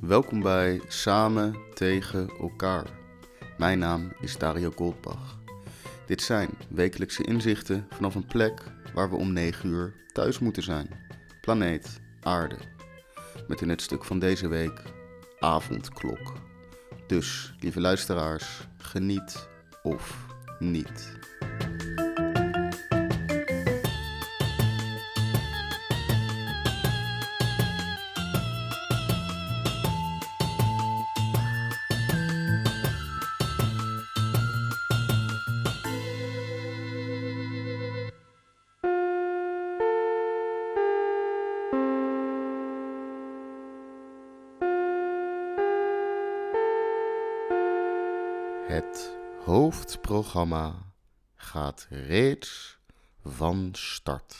Welkom bij Samen tegen elkaar. Mijn naam is Dario Goldbach. Dit zijn wekelijkse inzichten vanaf een plek waar we om 9 uur thuis moeten zijn. Planeet Aarde. Met in het stuk van deze week avondklok. Dus, lieve luisteraars, geniet of niet. Het hoofdprogramma gaat reeds van start.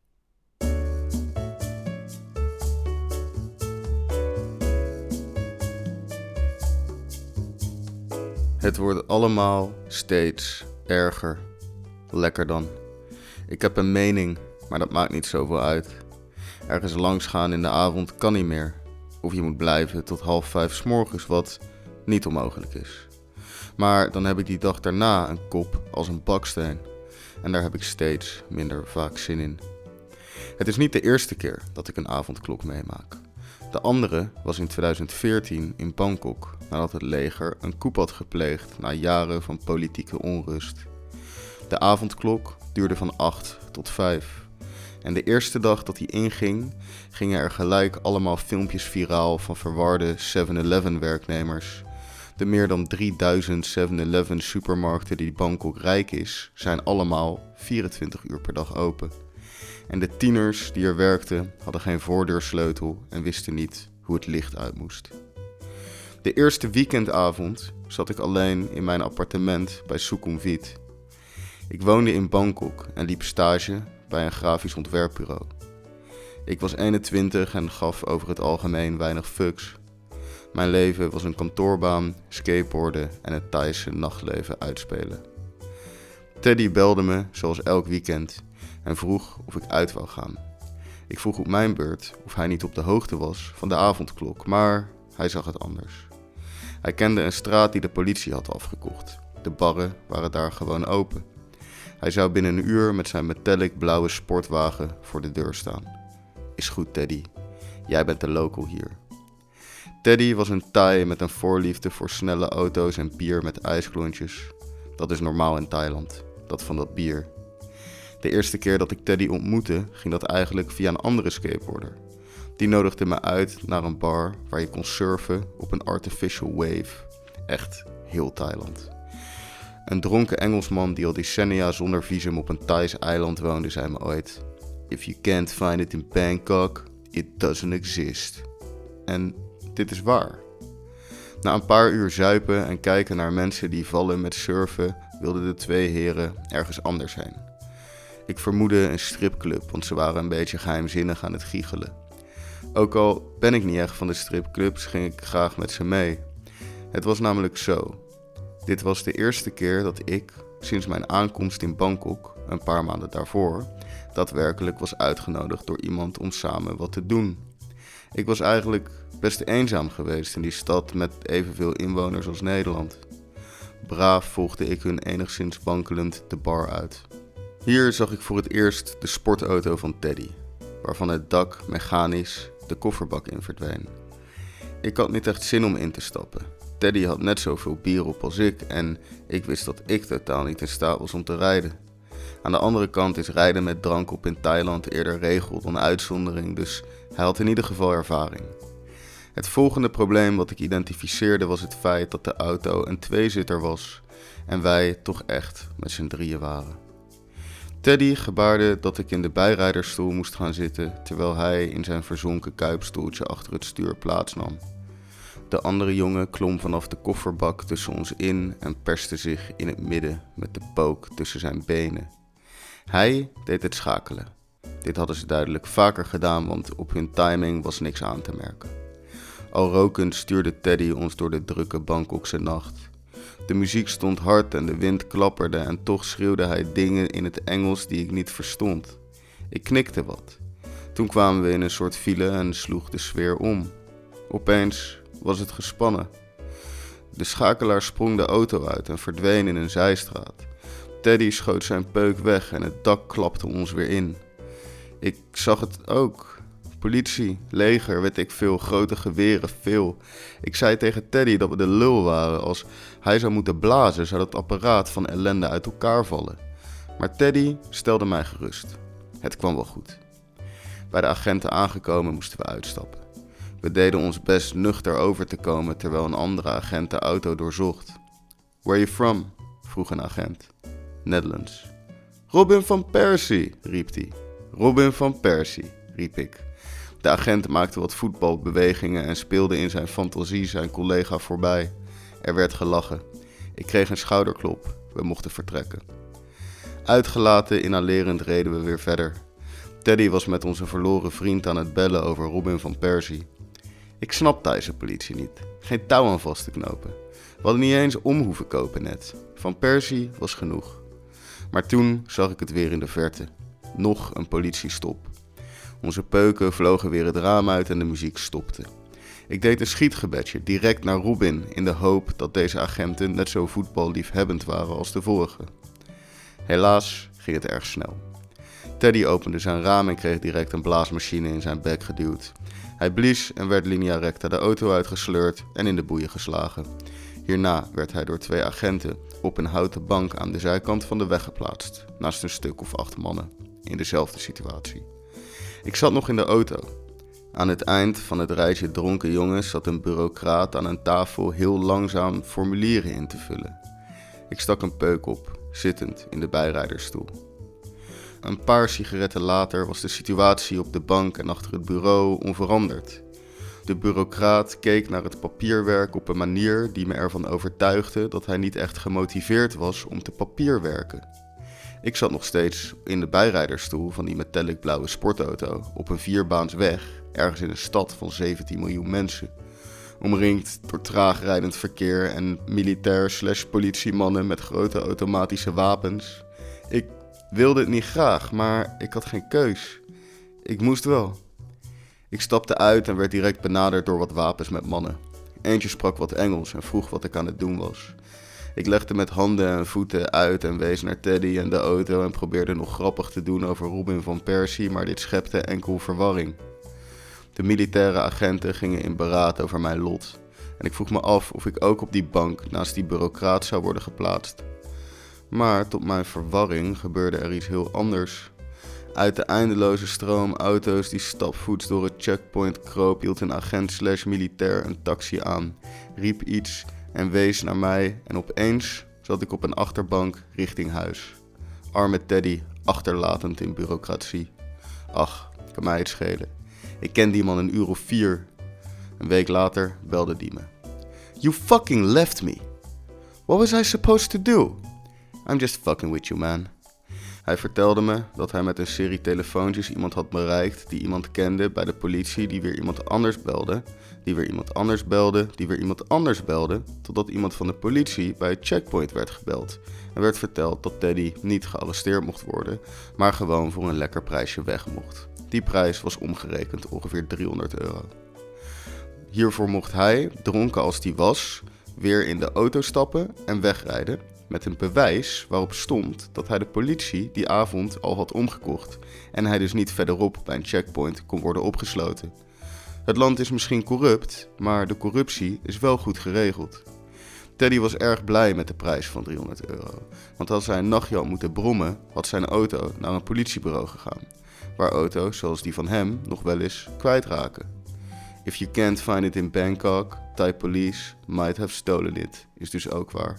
Het wordt allemaal steeds erger. Lekker dan. Ik heb een mening, maar dat maakt niet zoveel uit. Ergens langs gaan in de avond kan niet meer. Of je moet blijven tot 4:30 's morgens, wat niet onmogelijk is. Maar dan heb ik die dag daarna een kop als een baksteen. En daar heb ik steeds minder vaak zin in. Het is niet de eerste keer dat ik een avondklok meemaak. De andere was in 2014 in Bangkok, nadat het leger een coup had gepleegd na jaren van politieke onrust. De avondklok duurde van 8 tot 5. En de eerste dag dat die inging, gingen er gelijk allemaal filmpjes viraal van verwarde 7-Eleven werknemers. De meer dan 3000 7-Eleven supermarkten die Bangkok rijk is, zijn allemaal 24 uur per dag open. En de tieners die er werkten hadden geen voordeursleutel en wisten niet hoe het licht uit moest. De eerste weekendavond zat ik alleen in mijn appartement bij Sukhumvit. Ik woonde in Bangkok en liep stage bij een grafisch ontwerpbureau. Ik was 21 en gaf over het algemeen weinig fucks. Mijn leven was een kantoorbaan, skateboarden en het Thaise nachtleven uitspelen. Teddy belde me, zoals elk weekend, en vroeg of ik uit wou gaan. Ik vroeg op mijn beurt of hij niet op de hoogte was van de avondklok, maar hij zag het anders. Hij kende een straat die de politie had afgekocht. De barren waren daar gewoon open. Hij zou binnen een uur met zijn metallic blauwe sportwagen voor de deur staan. Is goed, Teddy. Jij bent de local hier. Teddy was een Thai met een voorliefde voor snelle auto's en bier met ijsklontjes. Dat is normaal in Thailand, dat van dat bier. De eerste keer dat ik Teddy ontmoette, ging dat eigenlijk via een andere skateboarder. Die nodigde me uit naar een bar waar je kon surfen op een artificial wave. Echt heel Thailand. Een dronken Engelsman die al decennia zonder visum op een Thais eiland woonde, zei me ooit: "If you can't find it in Bangkok, it doesn't exist." En dit is waar. Na een paar uur zuipen en kijken naar mensen die vallen met surfen, wilden de twee heren ergens anders heen. Ik vermoedde een stripclub, want ze waren een beetje geheimzinnig aan het giechelen. Ook al ben ik niet echt van de stripclubs, ging ik graag met ze mee. Het was namelijk zo. Dit was de eerste keer dat ik, sinds mijn aankomst in Bangkok, een paar maanden daarvoor, daadwerkelijk was uitgenodigd door iemand om samen wat te doen. Ik was eigenlijk best eenzaam geweest in die stad met evenveel inwoners als Nederland. Braaf volgde ik hun enigszins wankelend de bar uit. Hier zag ik voor het eerst de sportauto van Teddy, waarvan het dak mechanisch de kofferbak in verdween. Ik had niet echt zin om in te stappen. Teddy had net zoveel bier op als ik en ik wist dat ik totaal niet in staat was om te rijden. Aan de andere kant is rijden met drank op in Thailand eerder regel dan uitzondering, dus hij had in ieder geval ervaring. Het volgende probleem wat ik identificeerde was het feit dat de auto een tweezitter was en wij toch echt met z'n drieën waren. Teddy gebaarde dat ik in de bijrijdersstoel moest gaan zitten, terwijl hij in zijn verzonken kuipstoeltje achter het stuur plaatsnam. De andere jongen klom vanaf de kofferbak tussen ons in en perste zich in het midden met de pook tussen zijn benen. Hij deed het schakelen. Dit hadden ze duidelijk vaker gedaan, want op hun timing was niks aan te merken. Al rokend stuurde Teddy ons door de drukke Bangkokse nacht. De muziek stond hard en de wind klapperde en toch schreeuwde hij dingen in het Engels die ik niet verstond. Ik knikte wat. Toen kwamen we in een soort file en sloeg de sfeer om. Opeens was het gespannen. De schakelaar sprong de auto uit en verdween in een zijstraat. Teddy schoot zijn peuk weg en het dak klapte ons weer in. Ik zag het ook. Politie, leger, weet ik veel, grote geweren, veel. Ik zei tegen Teddy dat we de lul waren. Als hij zou moeten blazen, zou dat apparaat van ellende uit elkaar vallen. Maar Teddy stelde mij gerust. Het kwam wel goed. Bij de agenten aangekomen moesten we uitstappen. We deden ons best nuchter over te komen terwijl een andere agent de auto doorzocht. Where you from? Vroeg een agent. Netherlands. Robin van Persie, riep hij. Robin van Persie, riep ik. De agent maakte wat voetbalbewegingen en speelde in zijn fantasie zijn collega voorbij. Er werd gelachen. Ik kreeg een schouderklop. We mochten vertrekken. Uitgelaten, inhalerend reden we weer verder. Teddy was met onze verloren vriend aan het bellen over Robin van Persie. Ik snap deze politie niet. Geen touw aan vast te knopen. We hadden niet eens om hoeven kopen net. Van Persie was genoeg. Maar toen zag ik het weer in de verte. Nog een politiestop. Onze peuken vlogen weer het raam uit en de muziek stopte. Ik deed een schietgebedje direct naar Robin in de hoop dat deze agenten net zo voetballiefhebbend waren als de vorige. Helaas ging het erg snel. Teddy opende zijn raam en kreeg direct een blaasmachine in zijn bek geduwd. Hij blies en werd linea recta de auto uitgesleurd en in de boeien geslagen. Hierna werd hij door 2 agenten op een houten bank aan de zijkant van de weg geplaatst, naast een stuk of 8 mannen, in dezelfde situatie. Ik zat nog in de auto. Aan het eind van het rijtje dronken jongens zat een bureaucraat aan een tafel heel langzaam formulieren in te vullen. Ik stak een peuk op, zittend in de bijrijdersstoel. Een paar sigaretten later was de situatie op de bank en achter het bureau onveranderd. De bureaucraat keek naar het papierwerk op een manier die me ervan overtuigde dat hij niet echt gemotiveerd was om te papierwerken. Ik zat nog steeds in de bijrijdersstoel van die metallic blauwe sportauto op een 4-baans weg, ergens in een stad van 17 miljoen mensen. Omringd door traag rijdend verkeer en militair/politiemannen met grote automatische wapens. Ik wilde het niet graag, maar ik had geen keus. Ik moest wel. Ik stapte uit en werd direct benaderd door wat wapens met mannen. Eentje sprak wat Engels en vroeg wat ik aan het doen was. Ik legde met handen en voeten uit en wees naar Teddy en de auto en probeerde nog grappig te doen over Robin van Persie, maar dit schepte enkel verwarring. De militaire agenten gingen in beraad over mijn lot en ik vroeg me af of ik ook op die bank naast die bureaucraat zou worden geplaatst. Maar tot mijn verwarring gebeurde er iets heel anders. Uit de eindeloze stroom auto's die stapvoets door het checkpoint kroop, hield een agent/militair een taxi aan, riep iets en wees naar mij en opeens zat ik op een achterbank richting huis. Arme Teddy, achterlatend in bureaucratie. Ach, kan mij het schelen. Ik ken die man een uur of 4. Een week later belde die me. You fucking left me. What was I supposed to do? I'm just fucking with you, man. Hij vertelde me dat hij met een serie telefoontjes iemand had bereikt die iemand kende bij de politie die weer iemand anders belde, die weer iemand anders belde, die weer iemand anders belde, totdat iemand van de politie bij het checkpoint werd gebeld en werd verteld dat Teddy niet gearresteerd mocht worden, maar gewoon voor een lekker prijsje weg mocht. Die prijs was omgerekend ongeveer €300. Hiervoor mocht hij, dronken als die was, weer in de auto stappen en wegrijden met een bewijs waarop stond dat hij de politie die avond al had omgekocht en hij dus niet verderop bij een checkpoint kon worden opgesloten. Het land is misschien corrupt, maar de corruptie is wel goed geregeld. Teddy was erg blij met de prijs van €300, want als hij een nachtje had moeten brommen, had zijn auto naar een politiebureau gegaan, waar auto's zoals die van hem nog wel eens kwijtraken. If you can't find it in Bangkok, Thai police might have stolen it, is dus ook waar.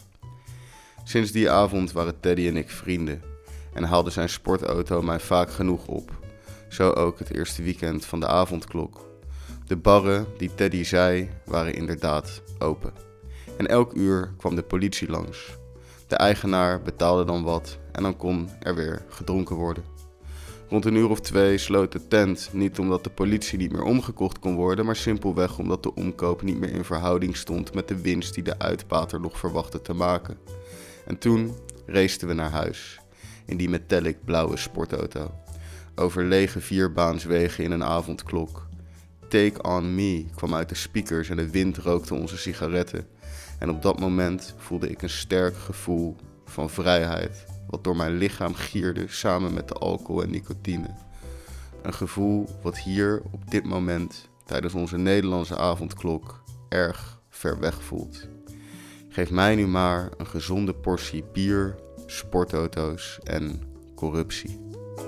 Sinds die avond waren Teddy en ik vrienden en haalde zijn sportauto mij vaak genoeg op. Zo ook het eerste weekend van de avondklok. De barren die Teddy zei waren inderdaad open. En elk uur kwam de politie langs. De eigenaar betaalde dan wat en dan kon er weer gedronken worden. Rond een uur of 2 sloot de tent, niet omdat de politie niet meer omgekocht kon worden, maar simpelweg omdat de omkoop niet meer in verhouding stond met de winst die de uitbater nog verwachtte te maken. En toen raceten we naar huis, in die metallic blauwe sportauto, over lege 4-baanswegen in een avondklok. Take on me kwam uit de speakers en de wind rookte onze sigaretten. En op dat moment voelde ik een sterk gevoel van vrijheid, wat door mijn lichaam gierde samen met de alcohol en nicotine. Een gevoel wat hier op dit moment tijdens onze Nederlandse avondklok erg ver weg voelt. Geef mij nu maar een gezonde portie bier, sportauto's en corruptie.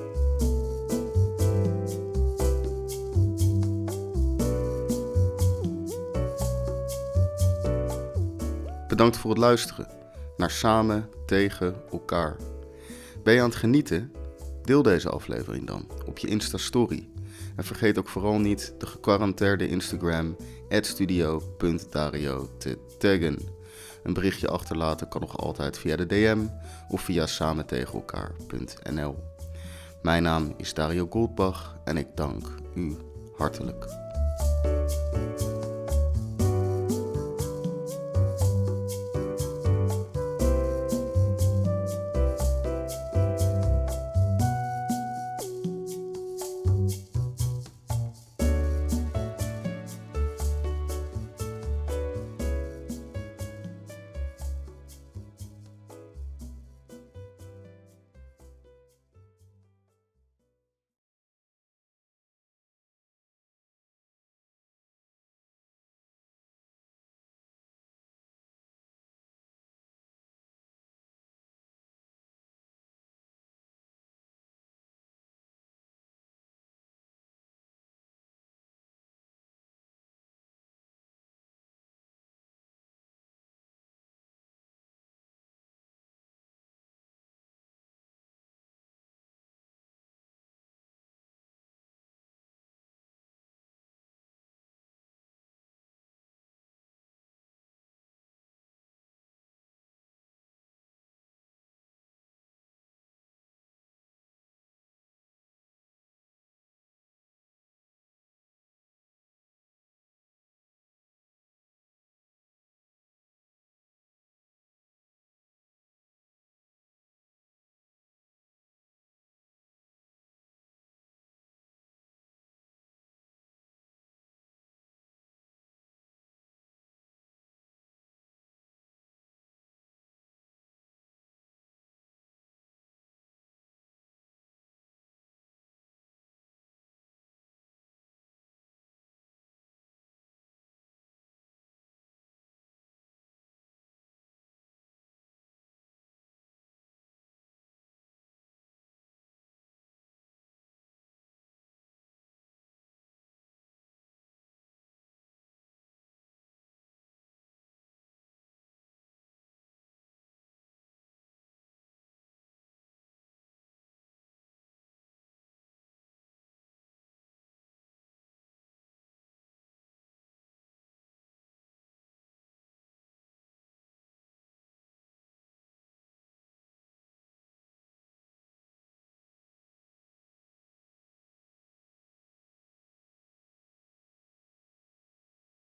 Bedankt voor het luisteren naar Samen tegen elkaar. Ben je aan het genieten? Deel deze aflevering dan op je Insta-story. En vergeet ook vooral niet de gekwarantainde Instagram @studio.dario te taggen. Een berichtje achterlaten kan nog altijd via de DM of via samentegenelkaar.nl. Mijn naam is Dario Goldbach en ik dank u hartelijk.